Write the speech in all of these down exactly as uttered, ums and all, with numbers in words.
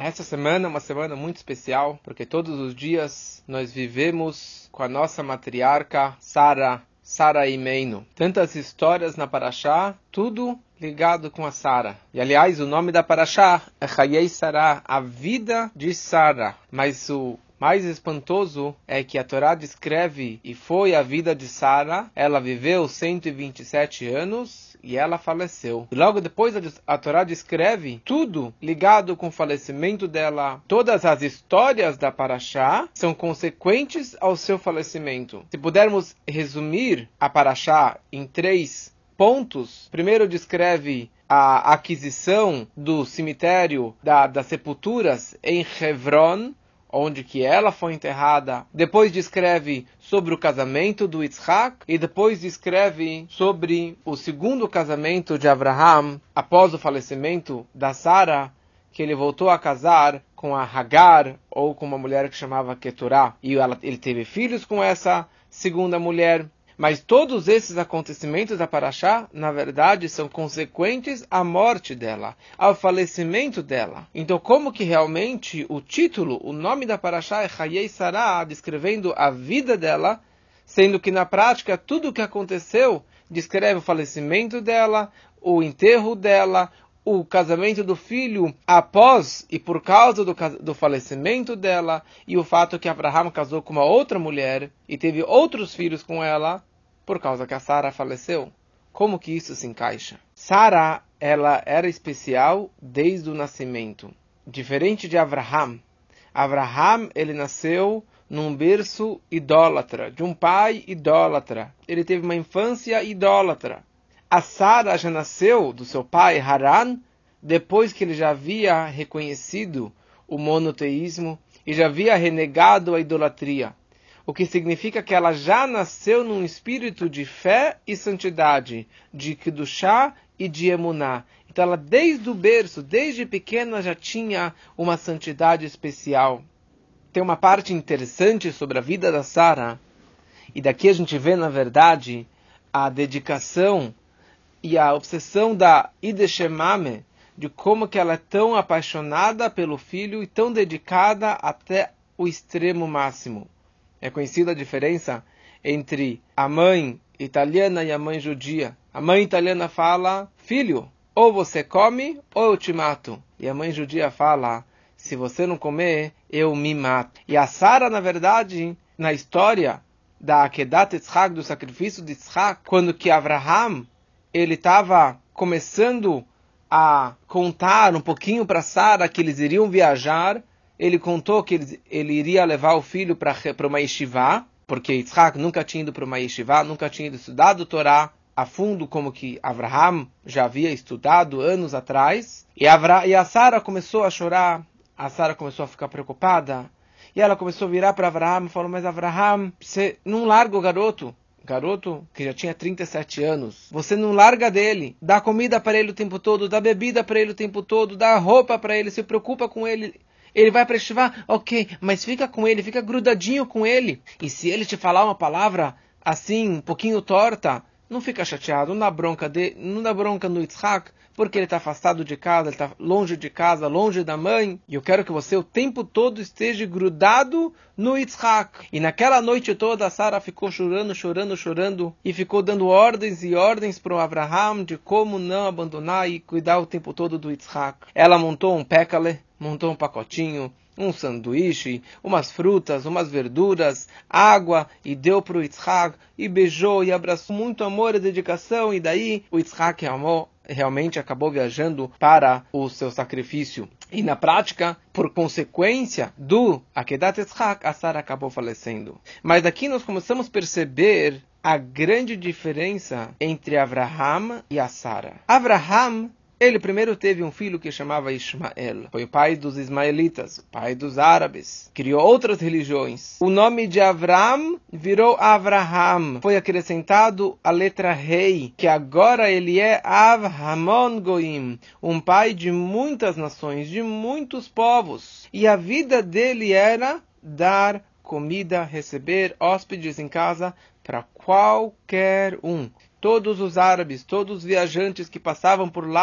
Essa semana é uma semana muito especial, porque todos os dias nós vivemos com a nossa matriarca Sara, Sara Imeinu. Tantas histórias na Parashá, tudo ligado com a Sara. E aliás, o nome da Parashá é Chayei Sará, a vida de Sara. Mas o mais espantoso é que a Torá descreve, e foi a vida de Sara, ela viveu cento e vinte e sete anos e ela faleceu. E logo depois a Torá descreve tudo ligado com o falecimento dela. Todas as histórias da Parashá são consequentes ao seu falecimento. Se pudermos resumir a Parashá em três pontos, primeiro descreve a aquisição do cemitério da, das sepulturas em Hebron, onde que ela foi enterrada. Depois descreve sobre o casamento do Yitzhak e depois descreve sobre o segundo casamento de Abraham após o falecimento da Sara, que ele voltou a casar com a Hagar, ou com uma mulher que chamava Keturah, e ela, ele teve filhos com essa segunda mulher. Mas todos esses acontecimentos da Parashá, na verdade, são consequentes à morte dela, ao falecimento dela. Então, como que realmente o título, o nome da Parashá é Chayei Sará, descrevendo a vida dela, sendo que na prática tudo o que aconteceu descreve o falecimento dela, o enterro dela, o casamento do filho após e por causa do, do falecimento dela, e o fato que Abraham casou com uma outra mulher e teve outros filhos com ela, por causa que a Sara faleceu. Como que isso se encaixa? Sara, ela era especial desde o nascimento. Diferente de Abraham. Abraham, ele nasceu num berço idólatra, de um pai idólatra. Ele teve uma infância idólatra. A Sara já nasceu do seu pai Haran, depois que ele já havia reconhecido o monoteísmo e já havia renegado a idolatria. O que significa que ela já nasceu num espírito de fé e santidade, de Kedushá e de Emuná. Então ela desde o berço, desde pequena, já tinha uma santidade especial. Tem uma parte interessante sobre a vida da Sara, e daqui a gente vê, na verdade, a dedicação e a obsessão da Ideshemame, de como que ela é tão apaixonada pelo filho e tão dedicada até o extremo máximo. É conhecida a diferença entre a mãe italiana e a mãe judia. A mãe italiana fala, filho, ou você come ou eu te mato. E a mãe judia fala, se você não comer, eu me mato. E a Sara, na verdade, na história da Akedat Yitzhak, do sacrifício de Yitzhak, quando que Abraham ele estava começando a contar um pouquinho para Sara que eles iriam viajar, ele contou que ele, ele iria levar o filho para uma yeshiva, porque Yitzhak nunca tinha ido para uma yeshiva, nunca tinha ido estudado Torá a fundo, como que Abraham já havia estudado anos atrás. E, Avra, e a Sara começou a chorar, a Sara começou a ficar preocupada, e ela começou a virar para Abraham e falou, mas Abraham, você não larga o garoto? Garoto que já tinha trinta e sete anos. Você não larga dele. Dá comida para ele o tempo todo, dá bebida para ele o tempo todo, dá roupa para ele, se preocupa com ele. Ele vai para yeshiva, ok, mas fica com ele, fica grudadinho com ele. E se ele te falar uma palavra assim, um pouquinho torta, não fica chateado, não dá bronca, de, não dá bronca no Yitzhak, porque ele está afastado de casa, ele está longe de casa, longe da mãe. E eu quero que você o tempo todo esteja grudado no Yitzhak. E naquela noite toda a Sara ficou chorando, chorando, chorando, e ficou dando ordens e ordens para o Abraham de como não abandonar e cuidar o tempo todo do Yitzhak. Ela montou um pekale, montou um pacotinho, um sanduíche, umas frutas, umas verduras, água, e deu para o Yitzhak, e beijou e abraçou muito amor e dedicação, e daí o Yitzhak amou, realmente acabou viajando para o seu sacrifício. E na prática, por consequência do Akedat Yitzhak, a Sara acabou falecendo. Mas daqui nós começamos a perceber a grande diferença entre Abraham e a Sara. Abraham, ele primeiro teve um filho que chamava Ismael. Foi o pai dos ismaelitas, o pai dos árabes. Criou outras religiões. O nome de Avram virou Avraham. Foi acrescentado a letra Rei, que agora ele é Avhamon Goim, um pai de muitas nações, de muitos povos. E a vida dele era dar comida, receber hóspedes em casa para qualquer um. Todos os árabes, todos os viajantes que passavam por lá,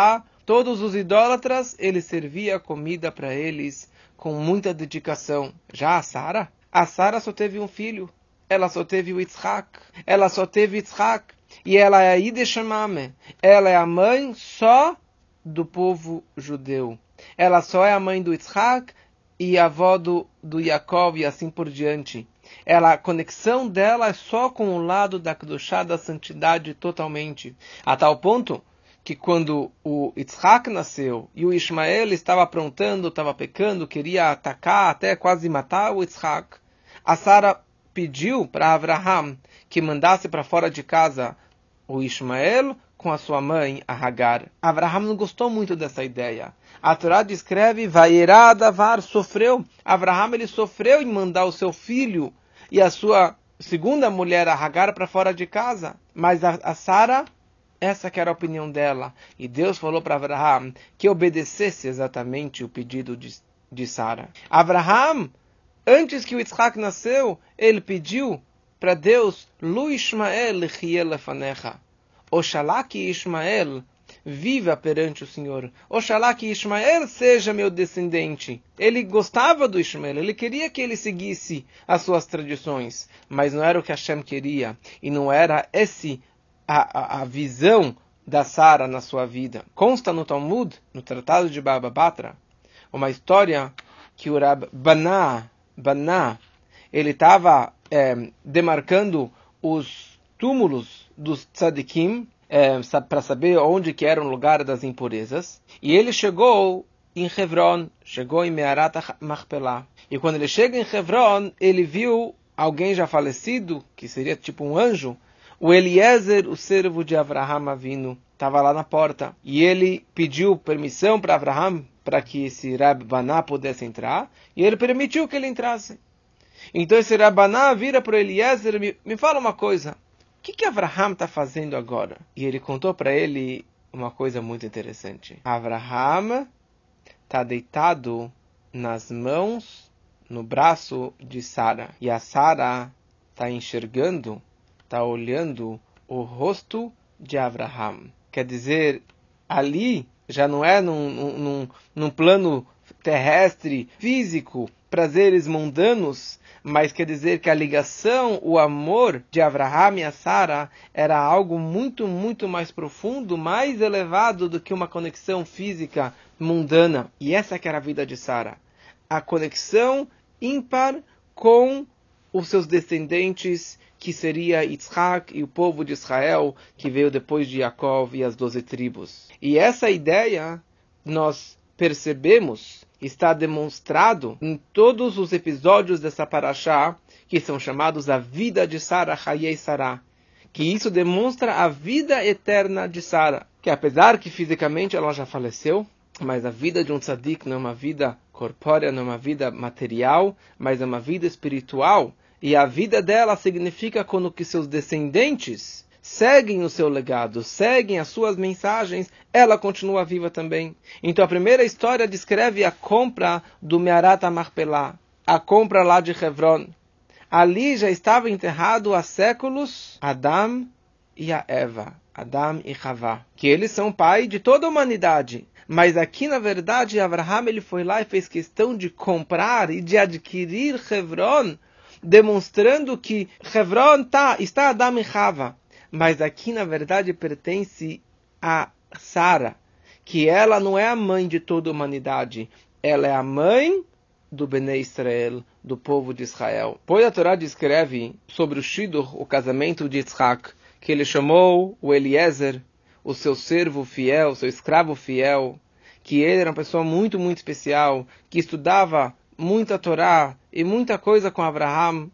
todos os idólatras, ele servia comida para eles com muita dedicação. Já a Sara? A Sara só teve um filho. Ela só teve o Yitzhak. Ela só teve Yitzhak. E ela é a Ide Shemame. Ela é a mãe só do povo judeu. Ela só é a mãe do Yitzhak e a avó do, do Yaakov e assim por diante. Ela, a conexão dela é só com o lado da Kedushá, da santidade totalmente. A tal ponto que quando o Yitzhak nasceu e o Ishmael estava aprontando, estava pecando, queria atacar, até quase matar o Yitzhak, a Sara pediu para Abraham que mandasse para fora de casa o Ishmael com a sua mãe, a Hagar. Abraham não gostou muito dessa ideia. A Torá descreve, Vaierá Davar, sofreu. Abraham ele sofreu em mandar o seu filho e a sua segunda mulher, a Hagar, para fora de casa. Mas a, a Sara, essa que era a opinião dela. E Deus falou para Abraham que obedecesse exatamente o pedido de, de Sara. Abraham, antes que o Yitzhak nasceu, ele pediu para Deus, Lu Ishmael lichie lefanecha. Oxalá que Ishmael viva perante o Senhor. Oxalá que Ishmael seja meu descendente. Ele gostava do Ishmael, ele queria que ele seguisse as suas tradições, mas não era o que Hashem queria, e não era esse a, a, a visão da Sara na sua vida. Consta no Talmud, no Tratado de Baba Batra, uma história que o Rab Baná, Baná ele estava é, demarcando os túmulos dos tzadikim, é, para saber onde que era o lugar das impurezas. E ele chegou em Hebron, chegou em Me'arat Machpelah. E quando ele chega em Hebron, ele viu alguém já falecido, que seria tipo um anjo, o Eliezer, o servo de Avraham Avinu, estava lá na porta. E ele pediu permissão para Avraham, para que esse Rab Baná pudesse entrar, e ele permitiu que ele entrasse. Então esse Rab Baná vira para Eliezer e me, me fala uma coisa. O que que Avraham está fazendo agora? E ele contou para ele uma coisa muito interessante. Avraham está deitado nas mãos, no braço de Sara. E a Sara está enxergando, está olhando o rosto de Avraham. Quer dizer, ali já não é num, num, num plano terrestre, físico, prazeres mundanos, mas quer dizer que a ligação, o amor de Avraham e a Sara era algo muito, muito mais profundo, mais elevado do que uma conexão física mundana. E essa que era a vida de Sara. A conexão ímpar com os seus descendentes, que seria Yitzhak e o povo de Israel, que veio depois de Yaakov e as doze tribos. E essa ideia nós percebemos, está demonstrado em todos os episódios dessa parashá, que são chamados a vida de Sara, Hayei Sará. Que isso demonstra a vida eterna de Sara. Que apesar que fisicamente ela já faleceu, mas a vida de um tzadik não é uma vida corpórea, não é uma vida material, mas é uma vida espiritual. E a vida dela significa quando que seus descendentes seguem o seu legado, seguem as suas mensagens, ela continua viva também. Então a primeira história descreve a compra do Me'arat Machpelah, a compra lá de Hebron. Ali já estava enterrado há séculos Adão e a Eva, Adão e Havá, que eles são pai de toda a humanidade. Mas aqui, na verdade, Avraham ele foi lá e fez questão de comprar e de adquirir Hebron, demonstrando que Hebron tá, está Adão e Havá. Mas aqui, na verdade, pertence a Sara, que ela não é a mãe de toda a humanidade. Ela é a mãe do Bnei Israel, do povo de Israel. Pois a Torá descreve sobre o Shidduch, o casamento de Yitzhak, que ele chamou o Eliezer, o seu servo fiel, o seu escravo fiel, que ele era uma pessoa muito, muito especial, que estudava muita Torá e muita coisa com Avraham.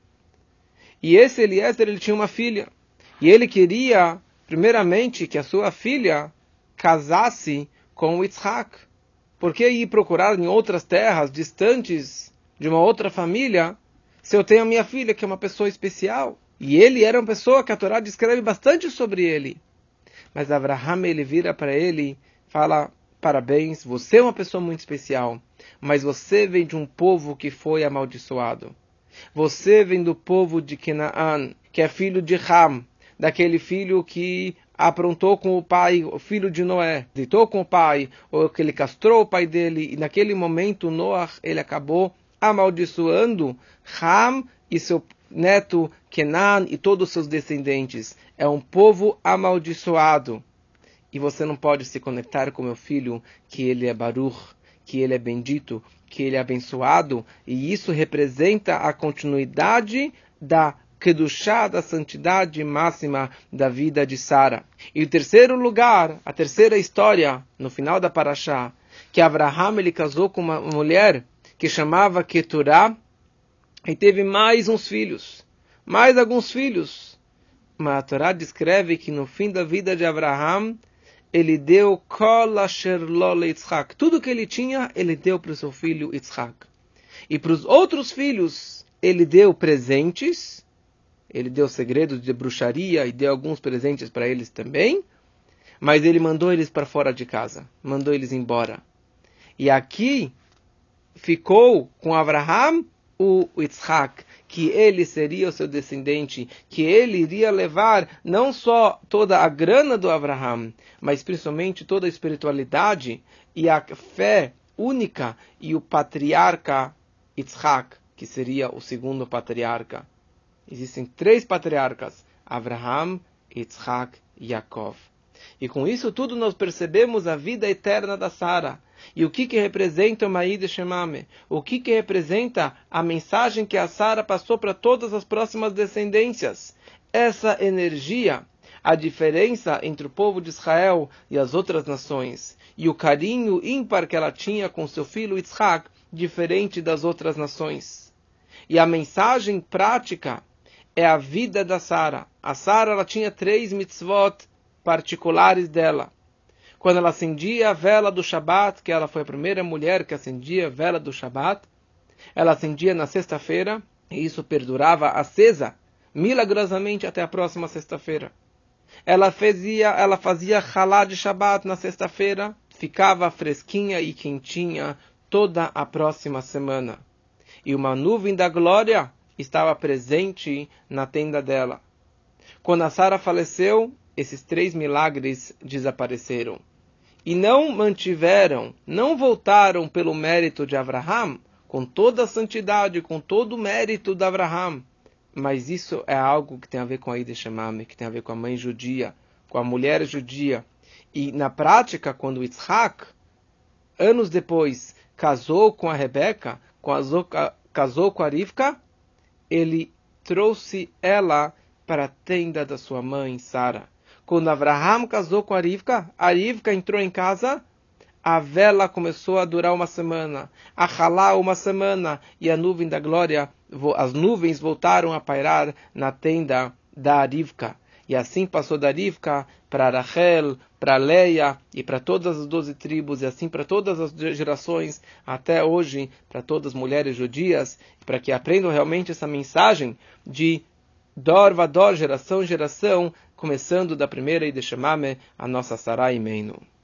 E esse Eliezer, ele tinha uma filha. E ele queria, primeiramente, que a sua filha casasse com o Yitzhak. Por que ir procurar em outras terras, distantes de uma outra família, se eu tenho a minha filha, que é uma pessoa especial? E ele era uma pessoa que a Torá descreve bastante sobre ele. Mas Avraham, ele vira para ele e fala, parabéns, você é uma pessoa muito especial, mas você vem de um povo que foi amaldiçoado. Você vem do povo de Canaã, que é filho de Ham, daquele filho que aprontou com o pai, o filho de Noé, deitou com o pai, ou que ele castrou o pai dele, e naquele momento Noah, ele acabou amaldiçoando Ham e seu neto Kenan e todos os seus descendentes. É um povo amaldiçoado. E você não pode se conectar com meu filho, que ele é Baruch, que ele é bendito, que ele é abençoado, e isso representa a continuidade da Kedushá, da santidade máxima da vida de Sara. E o terceiro lugar, a terceira história, no final da Parashá, que Abraham ele casou com uma mulher que chamava Keturá, e teve mais uns filhos, mais alguns filhos. Mas a Torá descreve que no fim da vida de Abraham, ele deu Kol Asher Lo LeYitzchak. Tudo que ele tinha, ele deu para o seu filho Yitzchak. E para os outros filhos, ele deu presentes, ele deu segredos de bruxaria e deu alguns presentes para eles também, mas ele mandou eles para fora de casa, mandou eles embora. E aqui ficou com Abraham o Yitzchak, que ele seria o seu descendente, que ele iria levar não só toda a grana do Abraham, mas principalmente toda a espiritualidade e a fé única e o patriarca Yitzchak, que seria o segundo patriarca. Existem três patriarcas, Abraham, Yitzchak e Yaakov. E com isso tudo nós percebemos a vida eterna da Sara. E o que que representa o Ma'id Shemame? O que que representa a mensagem que a Sara passou para todas as próximas descendências? Essa energia, a diferença entre o povo de Israel e as outras nações, e o carinho ímpar que ela tinha com seu filho Yitzchak, diferente das outras nações. E a mensagem prática é a vida da Sara. A Sara ela tinha três mitzvot particulares dela. Quando ela acendia a vela do Shabat, que ela foi a primeira mulher que acendia a vela do Shabat, ela acendia na sexta-feira, e isso perdurava acesa, milagrosamente até a próxima sexta-feira. Ela fazia, ela fazia halá de Shabat na sexta-feira, ficava fresquinha e quentinha toda a próxima semana. E uma nuvem da glória estava presente na tenda dela. Quando a Sara faleceu, esses três milagres desapareceram. E não mantiveram, não voltaram pelo mérito de Abraham, com toda a santidade, com todo o mérito de Abraham. Mas isso é algo que tem a ver com a Ida Shemame, que tem a ver com a mãe judia, com a mulher judia. E na prática, quando Yitzhak, anos depois, casou com a Rebeca, casou com a Rivka, ele trouxe ela para a tenda da sua mãe, Sara. Quando Abraham casou com a Rivka, a Rivka entrou em casa, a vela começou a durar uma semana, a halá uma semana, e a nuvem da glória, as nuvens voltaram a pairar na tenda da Rivka. E assim passou da Rivka para Rachel, para Leia e para todas as doze tribos, e assim para todas as gerações, até hoje, para todas as mulheres judias, para que aprendam realmente essa mensagem de Dor Vador, geração em geração, começando da primeira Ida Shemame, a nossa Sara Imeinu.